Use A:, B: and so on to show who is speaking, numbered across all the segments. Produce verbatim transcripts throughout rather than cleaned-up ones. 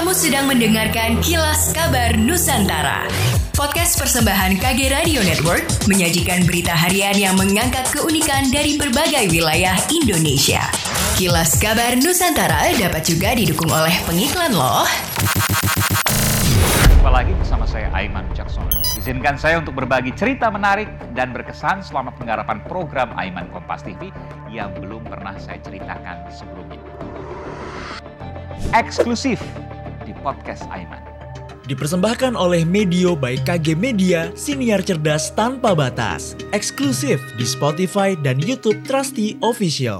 A: Kamu sedang mendengarkan Kilas Kabar Nusantara. Podcast persembahan K G Radio Network menyajikan berita harian yang mengangkat keunikan dari berbagai wilayah Indonesia. Kilas Kabar Nusantara dapat juga didukung oleh pengiklan loh.
B: Jumpa lagi bersama saya Aiman Wicaksono. Izinkan saya untuk berbagi cerita menarik dan berkesan selama penggarapan program Aiman Kompas T V yang belum pernah saya ceritakan sebelumnya. Eksklusif di podcast Aiman.
C: Dipersembahkan oleh Medio by K G Media, siniar cerdas tanpa batas. Eksklusif di Spotify dan YouTube Trusty Official.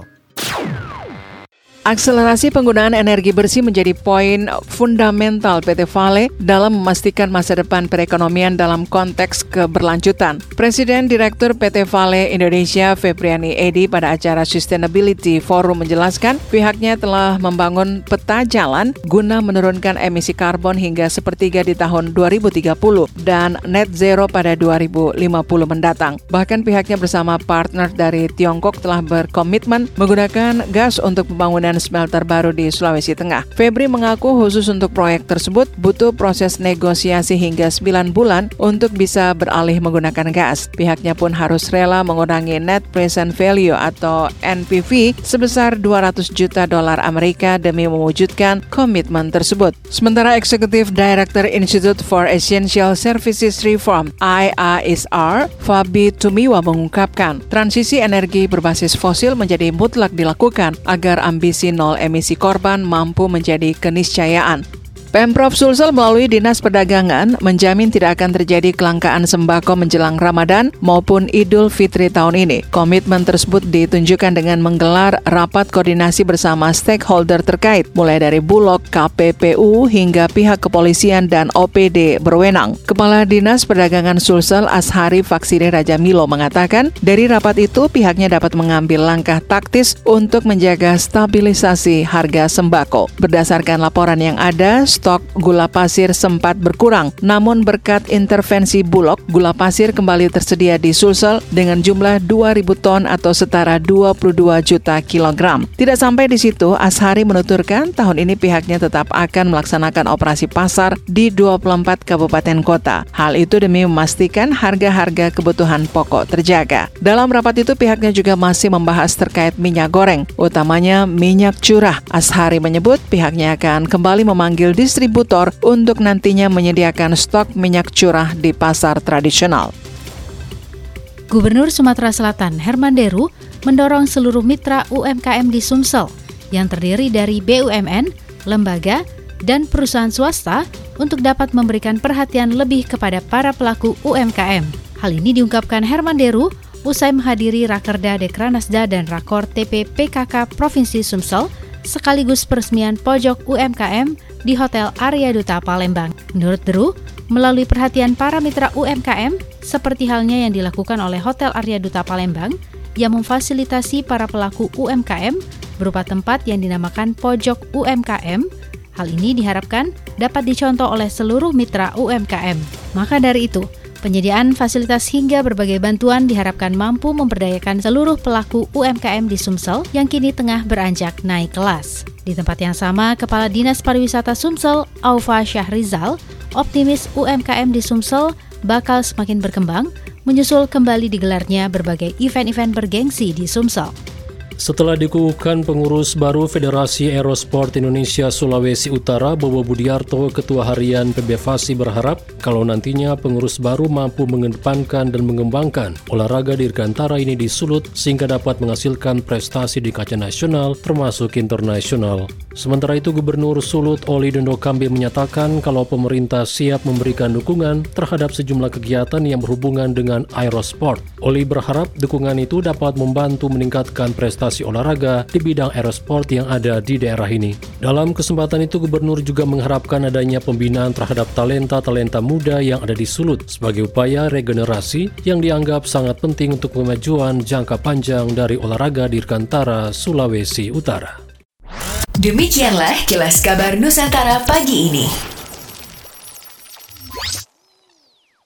D: Akselerasi penggunaan energi bersih menjadi poin fundamental P T Vale dalam memastikan masa depan perekonomian dalam konteks keberlanjutan. Presiden Direktur P T Vale Indonesia Febriani Edy pada acara Sustainability Forum menjelaskan pihaknya telah membangun peta jalan guna menurunkan emisi karbon hingga sepertiga di tahun dua ribu tiga puluh dan net zero pada dua ribu lima puluh mendatang. Bahkan pihaknya bersama partner dari Tiongkok telah berkomitmen menggunakan gas untuk pembangunan smelter baru di Sulawesi Tengah. Febri mengaku khusus untuk proyek tersebut butuh proses negosiasi hingga sembilan bulan untuk bisa beralih menggunakan gas. Pihaknya pun harus rela mengurangi net present value atau N P V sebesar dua ratus juta dolar Amerika demi mewujudkan komitmen tersebut. Sementara Executive Director Institute for Essential Services Reform I A S R, Fabi Tumiwa mengungkapkan, transisi energi berbasis fosil menjadi mutlak dilakukan agar ambisi nol emisi korban mampu menjadi keniscayaan. Pemprov Sulsel melalui Dinas Perdagangan menjamin tidak akan terjadi kelangkaan sembako menjelang Ramadan maupun Idul Fitri tahun ini. Komitmen tersebut ditunjukkan dengan menggelar rapat koordinasi bersama stakeholder terkait, mulai dari Bulog, K P P U, hingga pihak kepolisian dan O P D berwenang. Kepala Dinas Perdagangan Sulsel Ashari Faksiri Raja Milo mengatakan, dari rapat itu pihaknya dapat mengambil langkah taktis untuk menjaga stabilisasi harga sembako. Berdasarkan laporan yang ada, stok gula pasir sempat berkurang, namun berkat intervensi Bulog, gula pasir kembali tersedia di Sulsel dengan jumlah dua ribu ton atau setara dua puluh dua juta kilogram. Tidak sampai di situ, Ashari menuturkan tahun ini pihaknya tetap akan melaksanakan operasi pasar di dua puluh empat kabupaten kota. Hal itu demi memastikan harga-harga kebutuhan pokok terjaga. Dalam rapat itu pihaknya juga masih membahas terkait minyak goreng, utamanya minyak curah. Ashari menyebut pihaknya akan kembali memanggil distributor untuk nantinya menyediakan stok minyak curah di pasar tradisional.
E: Gubernur Sumatera Selatan Herman Deru mendorong seluruh mitra U M K M di Sumsel yang terdiri dari B U M N, lembaga, dan perusahaan swasta untuk dapat memberikan perhatian lebih kepada para pelaku U M K M. Hal ini diungkapkan Herman Deru usai menghadiri Rakerda Dekranasda dan Rakor T P P K K Provinsi Sumsel sekaligus peresmian pojok U M K M di Hotel Arya Duta Palembang. Menurut Deru, melalui perhatian para mitra U M K M, seperti halnya yang dilakukan oleh Hotel Arya Duta Palembang, yang memfasilitasi para pelaku U M K M berupa tempat yang dinamakan Pojok U M K M. Hal ini diharapkan dapat dicontoh oleh seluruh mitra U M K M. Maka dari itu, penyediaan fasilitas hingga berbagai bantuan diharapkan mampu memberdayakan seluruh pelaku U M K M di Sumsel yang kini tengah beranjak naik kelas. Di tempat yang sama, Kepala Dinas Pariwisata Sumsel, Aufa Syahrizal, optimis U M K M di Sumsel bakal semakin berkembang, menyusul kembali digelarnya berbagai event-event bergengsi di Sumsel.
F: Setelah dikukuhkan pengurus baru Federasi Aerosport Indonesia Sulawesi Utara, Bobo Budiarto, Ketua Harian P B Fasi berharap kalau nantinya pengurus baru mampu mengedepankan dan mengembangkan olahraga dirgantara ini di Sulut sehingga dapat menghasilkan prestasi di kancah nasional termasuk internasional. Sementara itu, Gubernur Sulut Oli Dondo Kambe menyatakan kalau pemerintah siap memberikan dukungan terhadap sejumlah kegiatan yang berhubungan dengan aerosport. Oli berharap dukungan itu dapat membantu meningkatkan prestasi olahraga di bidang aerosport yang ada di daerah ini. Dalam kesempatan itu, Gubernur juga mengharapkan adanya pembinaan terhadap talenta-talenta muda yang ada di Sulut sebagai upaya regenerasi yang dianggap sangat penting untuk kemajuan jangka panjang dari olahraga dirgantara Sulawesi Utara.
A: Demikianlah Kilas Kabar Nusantara pagi ini.